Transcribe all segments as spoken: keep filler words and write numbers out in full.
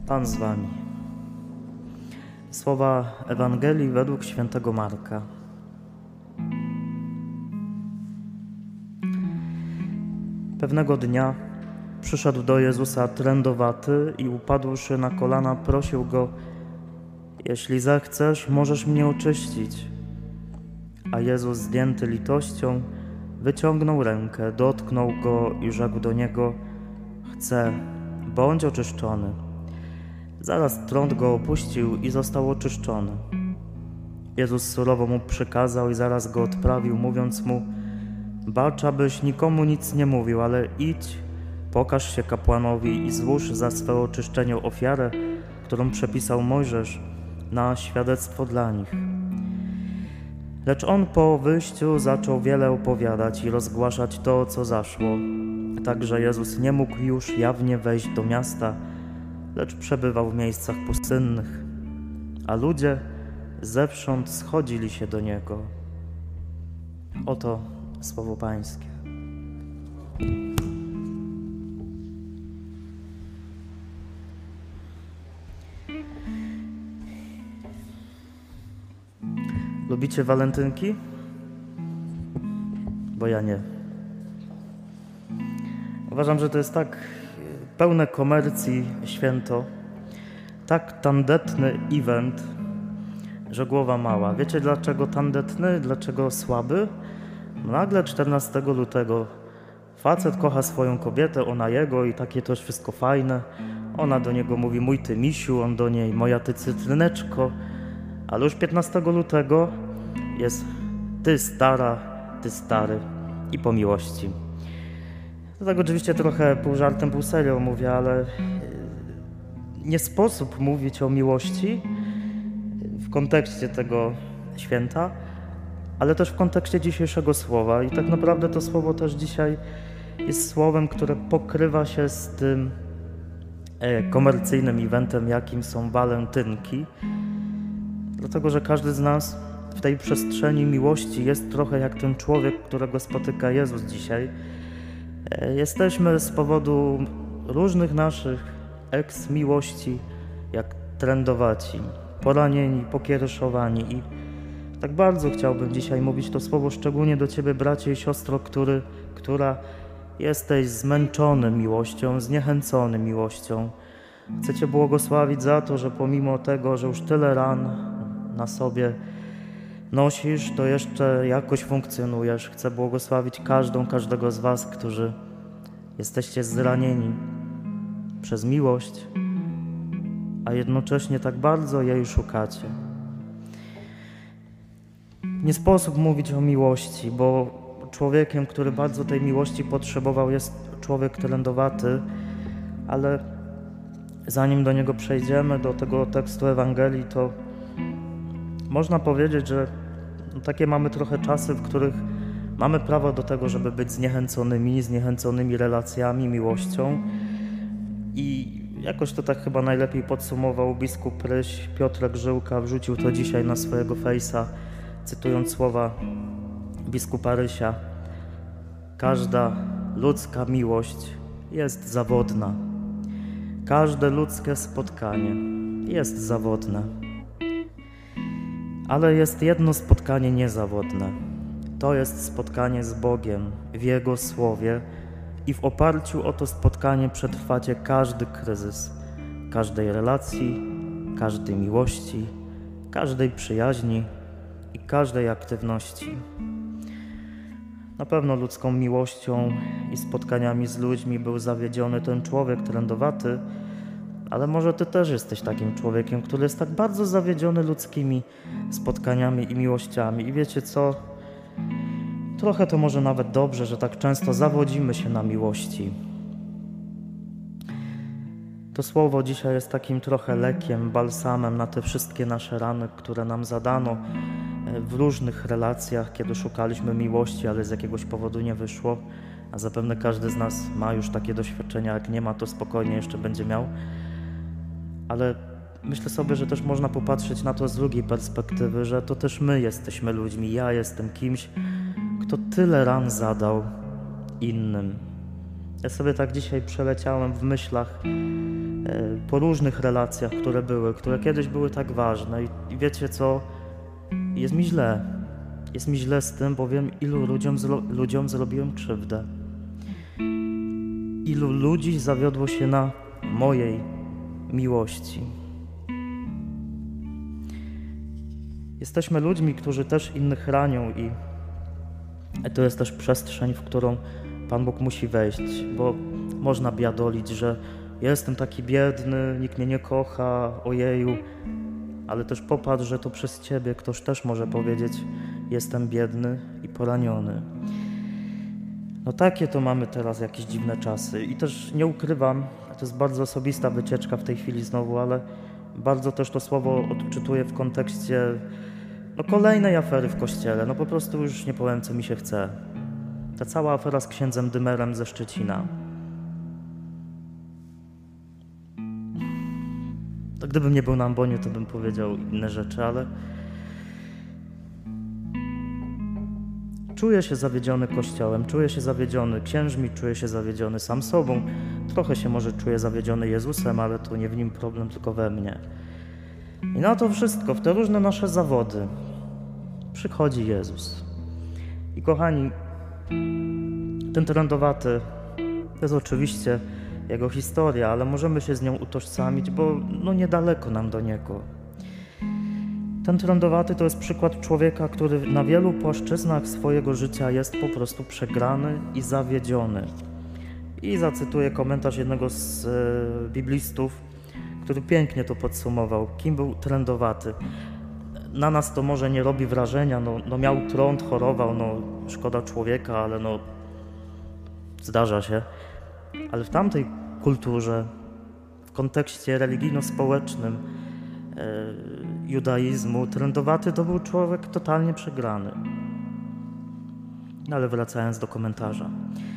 Pan z wami. Słowa Ewangelii według świętego Marka. Pewnego dnia przyszedł do Jezusa trędowaty i upadłszy na kolana prosił Go: jeśli zechcesz, możesz mnie oczyścić. A Jezus, zdjęty litością, wyciągnął rękę, dotknął go i rzekł do niego: chcę, bądź oczyszczony. Zaraz trąd go opuścił i został oczyszczony. Jezus surowo mu przykazał i zaraz go odprawił, mówiąc mu: bacz, abyś nikomu nic nie mówił, ale idź, pokaż się kapłanowi i złóż za swe oczyszczenie ofiarę, którą przepisał Mojżesz, na świadectwo dla nich. Lecz on po wyjściu zaczął wiele opowiadać i rozgłaszać to, co zaszło. Także Jezus nie mógł już jawnie wejść do miasta, lecz przebywał w miejscach pustynnych, a ludzie zewsząd schodzili się do Niego. Oto słowo Pańskie. Lubicie walentynki? Bo ja nie. Uważam, że to jest tak pełne komercji święto, tak tandetny event, że głowa mała. Wiecie dlaczego tandetny? Dlaczego słaby? Nagle czternastego lutego facet kocha swoją kobietę, ona jego i takie to wszystko fajne. Ona do niego mówi: mój ty misiu, on do niej: moja ty cytryneczko. Ale już piętnastego lutego jest: ty stara, ty stary, i po miłości. To tak oczywiście trochę pół żartem, pół serio mówię, ale nie sposób mówić o miłości w kontekście tego święta, ale też w kontekście dzisiejszego słowa. I tak naprawdę to słowo też dzisiaj jest słowem, które pokrywa się z tym komercyjnym eventem, jakim są walentynki. Dlatego, że każdy z nas w tej przestrzeni miłości jest trochę jak ten człowiek, którego spotyka Jezus dzisiaj. Jesteśmy z powodu różnych naszych eks-miłości jak trędowaci, poranieni, pokiereszowani. I tak bardzo chciałbym dzisiaj mówić to słowo szczególnie do Ciebie, bracie i siostro, który, która jesteś zmęczony miłością, zniechęcony miłością. Chcę Cię błogosławić za to, że pomimo tego, że już tyle ran na sobie nosisz, to jeszcze jakoś funkcjonujesz. Chcę błogosławić każdą, każdego z Was, którzy jesteście zranieni przez miłość, a jednocześnie tak bardzo jej szukacie. Nie sposób mówić o miłości, bo człowiekiem, który bardzo tej miłości potrzebował, jest człowiek trędowaty, ale zanim do niego przejdziemy, do tego tekstu Ewangelii, to można powiedzieć, że takie mamy trochę czasy, w których mamy prawo do tego, żeby być zniechęconymi, zniechęconymi relacjami, miłością. I jakoś to tak chyba najlepiej podsumował biskup Ryś Piotrek Żyłka, wrzucił to dzisiaj na swojego fejsa, cytując słowa biskupa Rysia: każda ludzka miłość jest zawodna. Każde ludzkie spotkanie jest zawodne. Ale jest jedno spotkanie niezawodne. To jest spotkanie z Bogiem w Jego Słowie i w oparciu o to spotkanie przetrwacie każdy kryzys, każdej relacji, każdej miłości, każdej przyjaźni i każdej aktywności. Na pewno ludzką miłością i spotkaniami z ludźmi był zawiedziony ten człowiek trędowaty, ale może Ty też jesteś takim człowiekiem, który jest tak bardzo zawiedziony ludzkimi spotkaniami i miłościami. I wiecie co? Trochę to może nawet dobrze, że tak często zawodzimy się na miłości. To słowo dzisiaj jest takim trochę lekiem, balsamem na te wszystkie nasze rany, które nam zadano w różnych relacjach, kiedy szukaliśmy miłości, ale z jakiegoś powodu nie wyszło. A zapewne każdy z nas ma już takie doświadczenia, jak nie ma, to spokojnie jeszcze będzie miał. Ale myślę sobie, że też można popatrzeć na to z drugiej perspektywy, że to też my jesteśmy ludźmi, ja jestem kimś, kto tyle ran zadał innym. Ja sobie tak dzisiaj przeleciałem w myślach e, po różnych relacjach, które były, które kiedyś były tak ważne i, i wiecie co, jest mi źle. Jest mi źle z tym, bo wiem, ilu ludziom, zro- ludziom zrobiłem krzywdę. Ilu ludzi zawiodło się na mojej miłości. Jesteśmy ludźmi, którzy też innych ranią i to jest też przestrzeń, w którą Pan Bóg musi wejść, bo można biadolić, że ja jestem taki biedny, nikt mnie nie kocha, ojeju, ale też popatrz, że to przez Ciebie ktoś też może powiedzieć, jestem biedny i poraniony. No takie to mamy teraz jakieś dziwne czasy i też nie ukrywam, to jest bardzo osobista wycieczka w tej chwili znowu, ale bardzo też to słowo odczytuję w kontekście no, kolejnej afery w Kościele. No po prostu już nie powiem, co mi się chce. Ta cała afera z księdzem Dymerem ze Szczecina. To gdybym nie był na ambonie, to bym powiedział inne rzeczy, ale czuję się zawiedziony Kościołem, czuję się zawiedziony księżmi, czuję się zawiedziony sam sobą. Trochę się może czuję zawiedziony Jezusem, ale to nie w nim problem, tylko we mnie. I na to wszystko, w te różne nasze zawody przychodzi Jezus. I kochani, ten trędowaty to jest oczywiście jego historia, ale możemy się z nią utożsamić, bo no niedaleko nam do niego. Ten trędowaty to jest przykład człowieka, który na wielu płaszczyznach swojego życia jest po prostu przegrany i zawiedziony. I zacytuję komentarz jednego z e, biblistów, który pięknie to podsumował. Kim był trędowaty? Na nas to może nie robi wrażenia, no, no miał trąd, chorował, no szkoda człowieka, ale no zdarza się. Ale w tamtej kulturze, w kontekście religijno-społecznym e, judaizmu, trędowaty to był człowiek totalnie przegrany. No ale wracając do komentarza.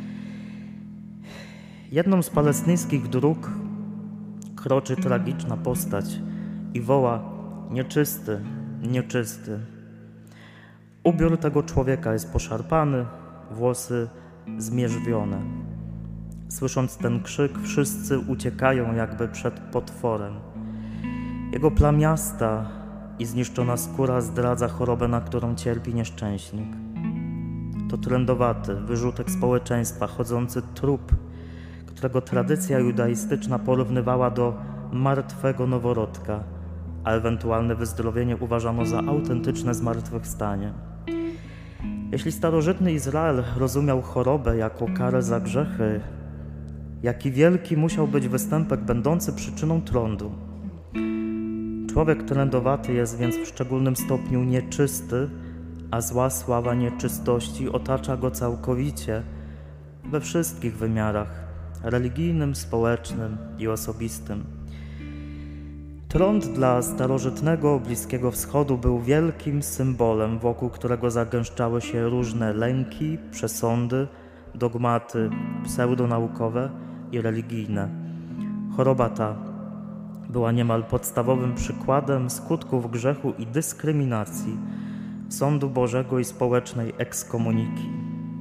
Jedną z palestyńskich dróg kroczy tragiczna postać i woła: nieczysty, nieczysty. Ubiór tego człowieka jest poszarpany, włosy zmierzwione. Słysząc ten krzyk, wszyscy uciekają jakby przed potworem. Jego plamiasta i zniszczona skóra zdradza chorobę, na którą cierpi nieszczęśnik. To trędowaty, wyrzutek społeczeństwa, chodzący trup, którego tradycja judaistyczna porównywała do martwego noworodka, a ewentualne wyzdrowienie uważano za autentyczne zmartwychwstanie. Jeśli starożytny Izrael rozumiał chorobę jako karę za grzechy, jaki wielki musiał być występek będący przyczyną trądu. Człowiek trędowaty jest więc w szczególnym stopniu nieczysty, a zła sława nieczystości otacza go całkowicie we wszystkich wymiarach religijnym, społecznym i osobistym. Trąd dla starożytnego Bliskiego Wschodu był wielkim symbolem, wokół którego zagęszczały się różne lęki, przesądy, dogmaty pseudonaukowe i religijne. Choroba ta była niemal podstawowym przykładem skutków grzechu i dyskryminacji, sądu Bożego i społecznej ekskomuniki.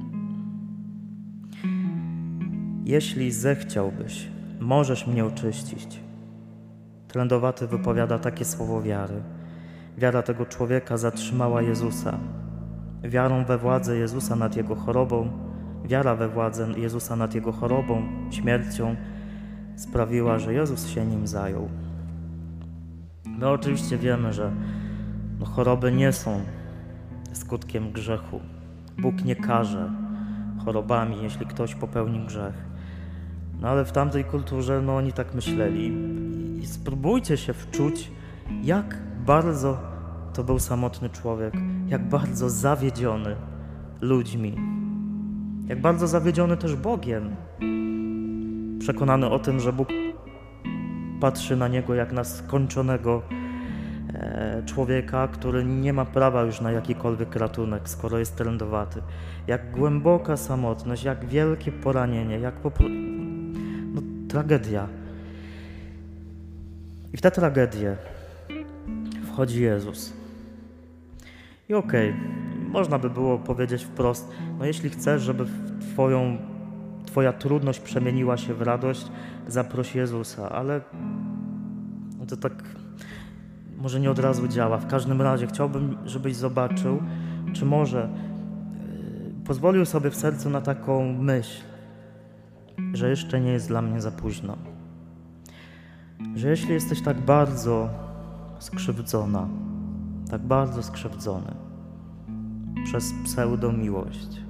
Jeśli zechciałbyś, możesz mnie oczyścić. Trędowaty wypowiada takie słowo wiary. Wiara tego człowieka zatrzymała Jezusa. Wiarą we władzę Jezusa nad jego chorobą, wiara we władzę Jezusa nad jego chorobą, śmiercią sprawiła, że Jezus się nim zajął. My oczywiście wiemy, że no, choroby nie są skutkiem grzechu. Bóg nie karze chorobami, jeśli ktoś popełni grzech. No ale w tamtej kulturze no, oni tak myśleli. I spróbujcie się wczuć, jak bardzo to był samotny człowiek, jak bardzo zawiedziony ludźmi, jak bardzo zawiedziony też Bogiem. Przekonany o tym, że Bóg patrzy na niego jak na skończonego e, człowieka, który nie ma prawa już na jakikolwiek ratunek, skoro jest trędowaty. Jak głęboka samotność, jak wielkie poranienie, jak po prostu no, tragedia. I w tę tragedię wchodzi Jezus. I okej, okay, można by było powiedzieć wprost, no jeśli chcesz, żeby w twoją twoja trudność przemieniła się w radość, zaproś Jezusa, ale to tak może nie od razu działa. W każdym razie chciałbym, żebyś zobaczył, czy może yy, pozwolił sobie w sercu na taką myśl, że jeszcze nie jest dla mnie za późno. Że jeśli jesteś tak bardzo skrzywdzona, tak bardzo skrzywdzony przez pseudomiłość,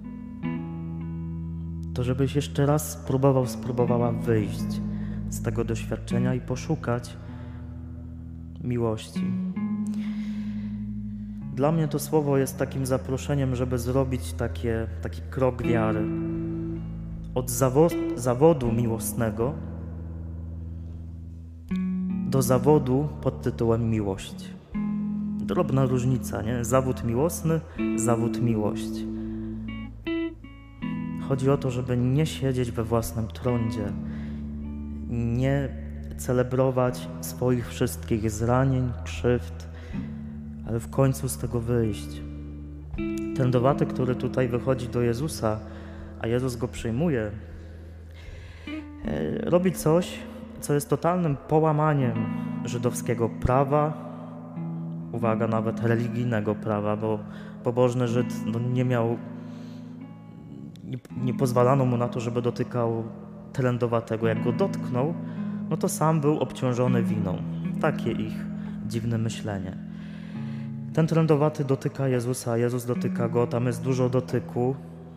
to żebyś jeszcze raz spróbował, spróbowała wyjść z tego doświadczenia i poszukać miłości. Dla mnie to słowo jest takim zaproszeniem, żeby zrobić takie, taki krok wiary od zawo- zawodu miłosnego do zawodu pod tytułem miłość. Drobna różnica, nie? Zawód miłosny, zawód miłość. Chodzi o to, żeby nie siedzieć we własnym trądzie, nie celebrować swoich wszystkich zranień, krzywd, ale w końcu z tego wyjść. Trędowaty, który tutaj wychodzi do Jezusa, a Jezus go przyjmuje, robi coś, co jest totalnym połamaniem żydowskiego prawa, uwaga, nawet religijnego prawa, bo pobożny Żyd no, nie miał, nie, nie pozwalano mu na to, żeby dotykał trędowatego. Jak go dotknął, no to sam był obciążony winą. Takie ich dziwne myślenie. Ten trędowaty dotyka Jezusa, Jezus dotyka go, tam jest dużo dotyku.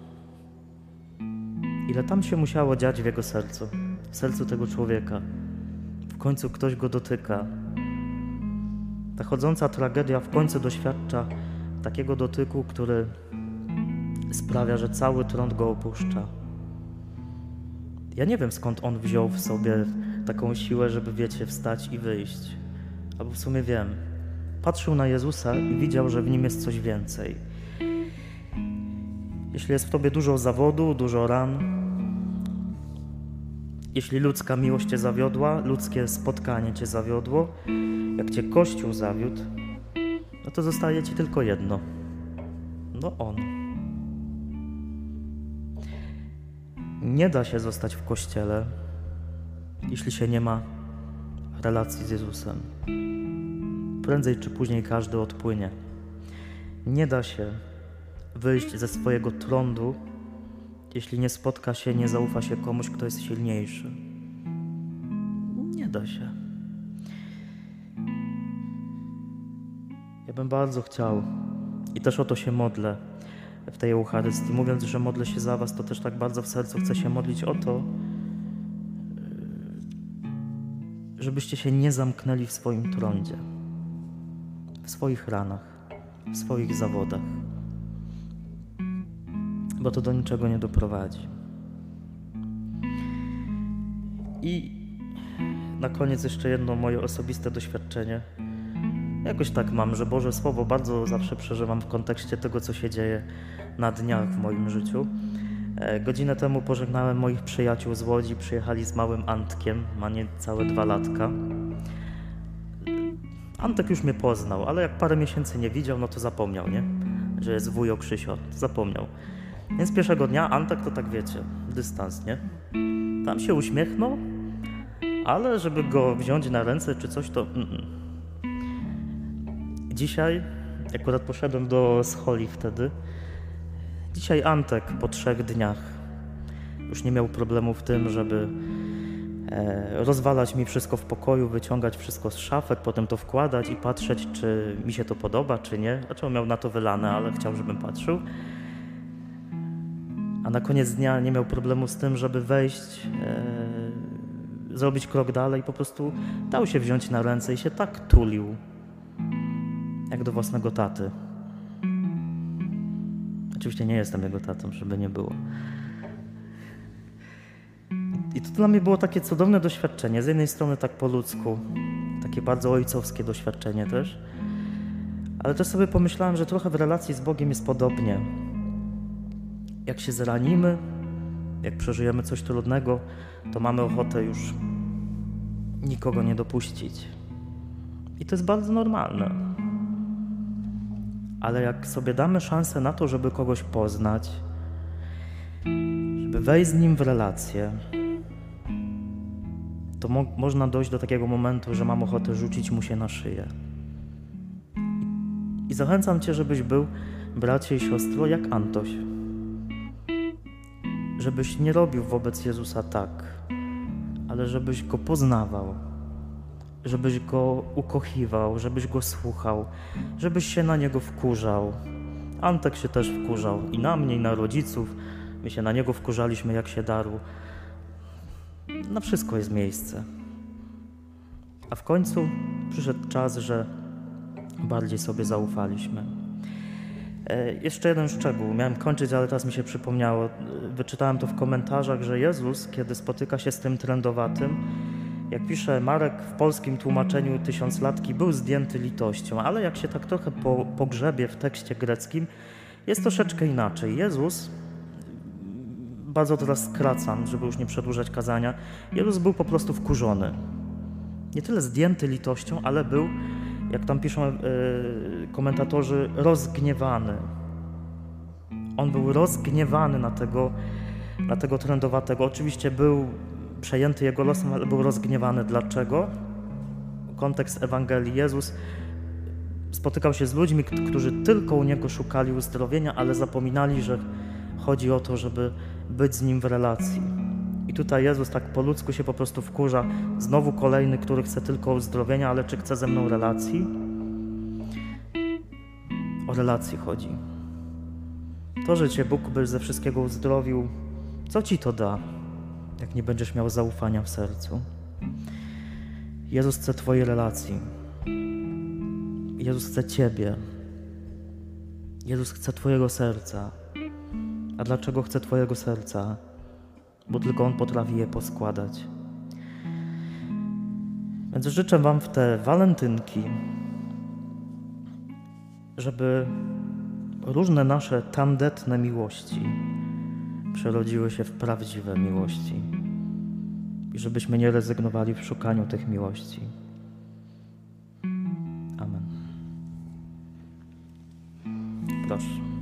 Ile tam się musiało dziać w jego sercu, w sercu tego człowieka. W końcu ktoś go dotyka. Ta chodząca tragedia w końcu doświadcza takiego dotyku, który sprawia, że cały trąd go opuszcza. Ja nie wiem, skąd on wziął w sobie taką siłę, żeby, wiecie, wstać i wyjść. Albo w sumie wiem. Patrzył na Jezusa i widział, że w nim jest coś więcej. Jeśli jest w tobie dużo zawodu, dużo ran, jeśli ludzka miłość cię zawiodła, ludzkie spotkanie cię zawiodło, jak cię Kościół zawiódł, no to zostaje ci tylko jedno. No On. Nie da się zostać w Kościele, jeśli się nie ma relacji z Jezusem. Prędzej czy później każdy odpłynie. Nie da się wyjść ze swojego trądu, jeśli nie spotka się, nie zaufa się komuś, kto jest silniejszy. Nie da się. Ja bym bardzo chciał i też o to się modlę w tej Eucharystii. Mówiąc, że modlę się za was, to też tak bardzo w sercu chcę się modlić o to, żebyście się nie zamknęli w swoim trądzie, w swoich ranach, w swoich zawodach, bo to do niczego nie doprowadzi. I na koniec jeszcze jedno moje osobiste doświadczenie. Jakoś tak mam, że Boże Słowo bardzo zawsze przeżywam w kontekście tego, co się dzieje na dniach w moim życiu. E, godzinę temu pożegnałem moich przyjaciół z Łodzi, przyjechali z małym Antkiem, ma niecałe dwa latka. Antek już mnie poznał, ale jak parę miesięcy nie widział, no to zapomniał, nie? Że jest wujo Krzysio, zapomniał. Więc pierwszego dnia Antek to tak wiecie, dystans, nie? Tam się uśmiechnął, ale żeby go wziąć na ręce czy coś, to... Mm-mm. Dzisiaj, akurat poszedłem do scholi wtedy, dzisiaj Antek po trzech dniach już nie miał problemu w tym, żeby e, rozwalać mi wszystko w pokoju, wyciągać wszystko z szafek, potem to wkładać i patrzeć, czy mi się to podoba, czy nie. Znaczy on miał na to wylane, ale chciał, żebym patrzył. A na koniec dnia nie miał problemu z tym, żeby wejść, e, zrobić krok dalej i po prostu dał się wziąć na ręce i się tak tulił, jak do własnego taty. Oczywiście nie jestem jego tatą, żeby nie było. I to dla mnie było takie cudowne doświadczenie. Z jednej strony tak po ludzku, takie bardzo ojcowskie doświadczenie też, ale też sobie pomyślałem, że trochę w relacji z Bogiem jest podobnie. Jak się zranimy, jak przeżyjemy coś trudnego, to mamy ochotę już nikogo nie dopuścić. I to jest bardzo normalne. Ale jak sobie damy szansę na to, żeby kogoś poznać, żeby wejść z Nim w relację, to mo- można dojść do takiego momentu, że mam ochotę rzucić Mu się na szyję. I zachęcam Cię, żebyś był, bracie i siostro, jak Antoś. Żebyś nie robił wobec Jezusa tak, ale żebyś Go poznawał, żebyś Go ukochiwał, żebyś Go słuchał, żebyś się na Niego wkurzał. Antek się też wkurzał i na mnie, i na rodziców. My się na Niego wkurzaliśmy, jak się darł. Na wszystko jest miejsce. A w końcu przyszedł czas, że bardziej sobie zaufaliśmy. E, jeszcze jeden szczegół. Miałem kończyć, ale teraz mi się przypomniało. Wyczytałem to w komentarzach, że Jezus, kiedy spotyka się z tym trędowatym, jak pisze Marek w polskim tłumaczeniu tysiąclatki, był zdjęty litością, ale jak się tak trochę po, pogrzebie w tekście greckim, jest troszeczkę inaczej. Jezus, bardzo teraz skracam, żeby już nie przedłużać kazania, Jezus był po prostu wkurzony. Nie tyle zdjęty litością, ale był, jak tam piszą yy, komentatorzy, rozgniewany. On był rozgniewany na tego, na tego trędowatego. Oczywiście był przejęty jego losem, ale był rozgniewany. Dlaczego? Kontekst Ewangelii. Jezus spotykał się z ludźmi, którzy tylko u Niego szukali uzdrowienia, ale zapominali, że chodzi o to, żeby być z Nim w relacji. I tutaj Jezus tak po ludzku się po prostu wkurza. Znowu kolejny, który chce tylko uzdrowienia, ale czy chce ze mną relacji? O relację chodzi. To, że Cię Bóg by ze wszystkiego uzdrowił, co Ci to da, jak nie będziesz miał zaufania w sercu? Jezus chce Twojej relacji. Jezus chce Ciebie. Jezus chce Twojego serca. A dlaczego chce Twojego serca? Bo tylko On potrafi je poskładać. Więc życzę Wam w te walentynki, żeby różne nasze tandetne miłości przerodziły się w prawdziwe miłości i żebyśmy nie rezygnowali w szukaniu tych miłości. Amen. Proszę.